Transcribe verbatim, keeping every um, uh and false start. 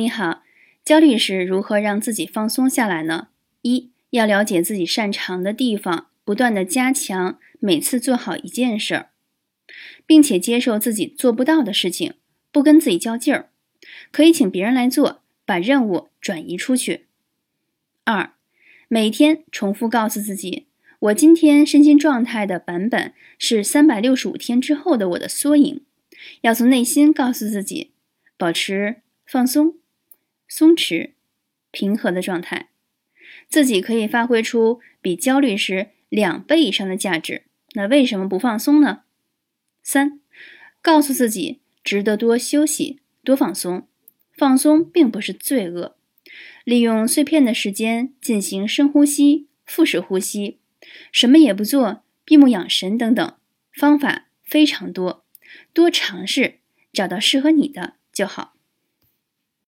你好，焦虑时如何让自己放松下来呢？一，要了解自己擅长的地方，不断的加强，每次做好一件事儿，并且接受自己做不到的事情，不跟自己较劲儿，可以请别人来做，把任务转移出去。二，每天重复告诉自己，我今天身心状态的版本是三百六十五天之后的我的缩影，要从内心告诉自己，保持放松、松弛、平和的状态，自己可以发挥出比焦虑时两倍以上的价值。那为什么不放松呢？三，告诉自己值得多休息、多放松，放松并不是罪恶。利用碎片的时间进行深呼吸、腹式呼吸，什么也不做，闭目养神等等，方法非常多，多尝试，找到适合你的就好。